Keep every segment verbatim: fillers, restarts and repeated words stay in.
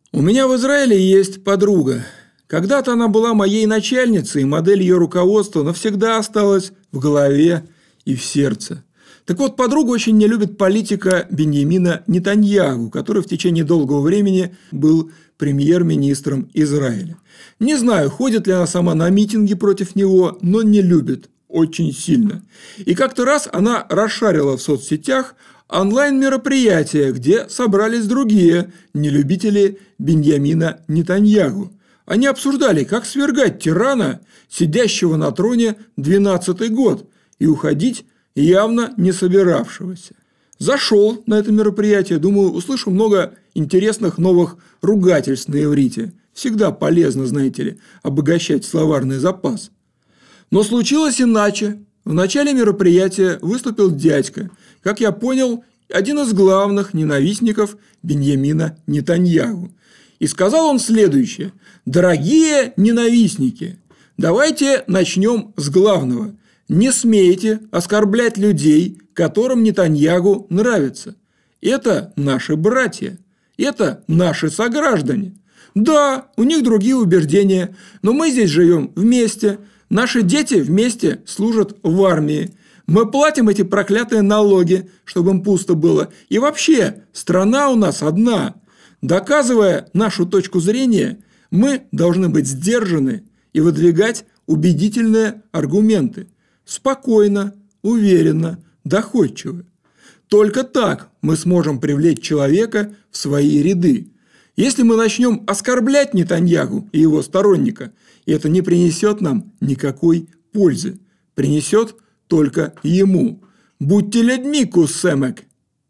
У меня в Израиле есть подруга. Когда-то она была моей начальницей, и модель ее руководства навсегда осталась в голове и в сердце. Так вот, подруга очень не любит политика Биньямина Нетаньяху, который в течение долгого времени был премьер-министром Израиля. Не знаю, ходит ли она сама на митинги против него, но не любит очень сильно. И как-то раз она расшарила в соцсетях онлайн-мероприятие, где собрались другие нелюбители Биньямина Нетаньяху. Они обсуждали, как свергать тирана, сидящего на троне двенадцатый год, и уходить явно не собиравшегося. Зашел на это мероприятие, думаю, услышу много интересных новых ругательств на иврите. Всегда полезно, знаете ли, обогащать словарный запас. Но случилось иначе. В начале мероприятия выступил дядька, как я понял, один из главных ненавистников Биньямина Нетаньяху. И сказал он следующее: «Дорогие ненавистники, давайте начнем с главного. Не смейте оскорблять людей, которым Нетаньяху нравится. Это наши братья, это наши сограждане. Да, у них другие убеждения, но мы здесь живем вместе, наши дети вместе служат в армии. Мы платим эти проклятые налоги, чтобы им пусто было. И вообще, страна у нас одна. Доказывая нашу точку зрения, мы должны быть сдержаны и выдвигать убедительные аргументы. Спокойно, уверенно, доходчиво. Только так мы сможем привлечь человека в свои ряды. Если мы начнем оскорблять Нетаньяху и его сторонника, это не принесет нам никакой пользы. Принесет только ему. Будьте людьми, кусемек».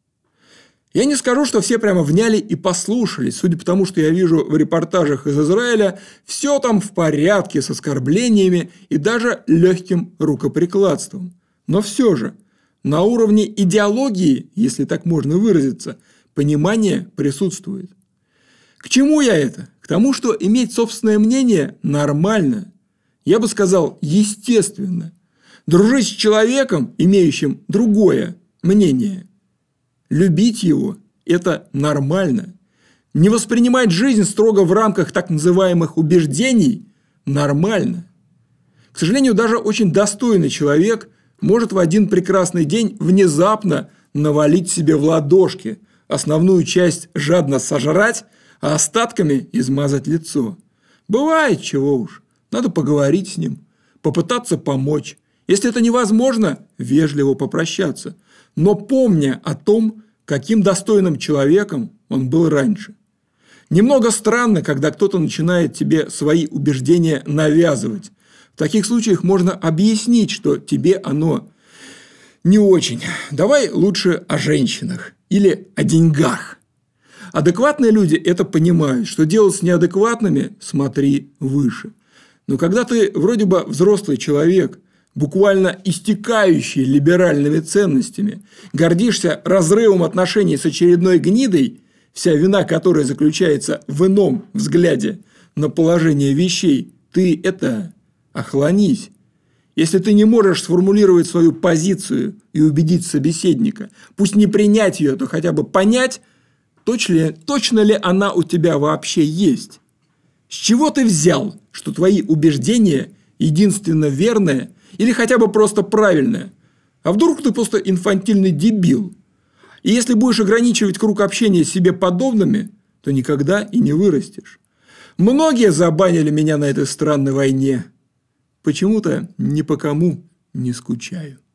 Я не скажу, что все прямо вняли и послушались. Судя по тому, что я вижу в репортажах из Израиля, все там в порядке с оскорблениями и даже легким рукоприкладством. Но все же, на уровне идеологии, если так можно выразиться, понимание присутствует. К чему я это? К тому, что иметь собственное мнение нормально. Я бы сказал, естественно. Дружить с человеком, имеющим другое мнение. Любить его – это нормально. Не воспринимать жизнь строго в рамках так называемых убеждений – нормально. К сожалению, даже очень достойный человек может в один прекрасный день внезапно навалить себе в ладошки, основную часть жадно сожрать, а остатками измазать лицо. Бывает, чего уж. Надо поговорить с ним, попытаться помочь. Если это невозможно, вежливо попрощаться. Но помня о том, каким достойным человеком он был раньше. Немного странно, когда кто-то начинает тебе свои убеждения навязывать. В таких случаях можно объяснить, что тебе оно не очень. Давай лучше о женщинах или о деньгах. Адекватные люди это понимают, что делать с неадекватными – смотри выше. Но когда ты вроде бы взрослый человек, буквально истекающий либеральными ценностями, гордишься разрывом отношений с очередной гнидой, вся вина которой заключается в ином взгляде на положение вещей, ты это охлонись. Если ты не можешь сформулировать свою позицию и убедить собеседника, пусть не принять ее, то хотя бы понять, точно ли, точно ли она у тебя вообще есть. С чего ты взял, что твои убеждения единственно верные или хотя бы просто правильное? А вдруг ты просто инфантильный дебил? И если будешь ограничивать круг общения с себе подобными, то никогда и не вырастешь. Многие забанили меня на этой странной войне. Почему-то ни по кому не скучаю.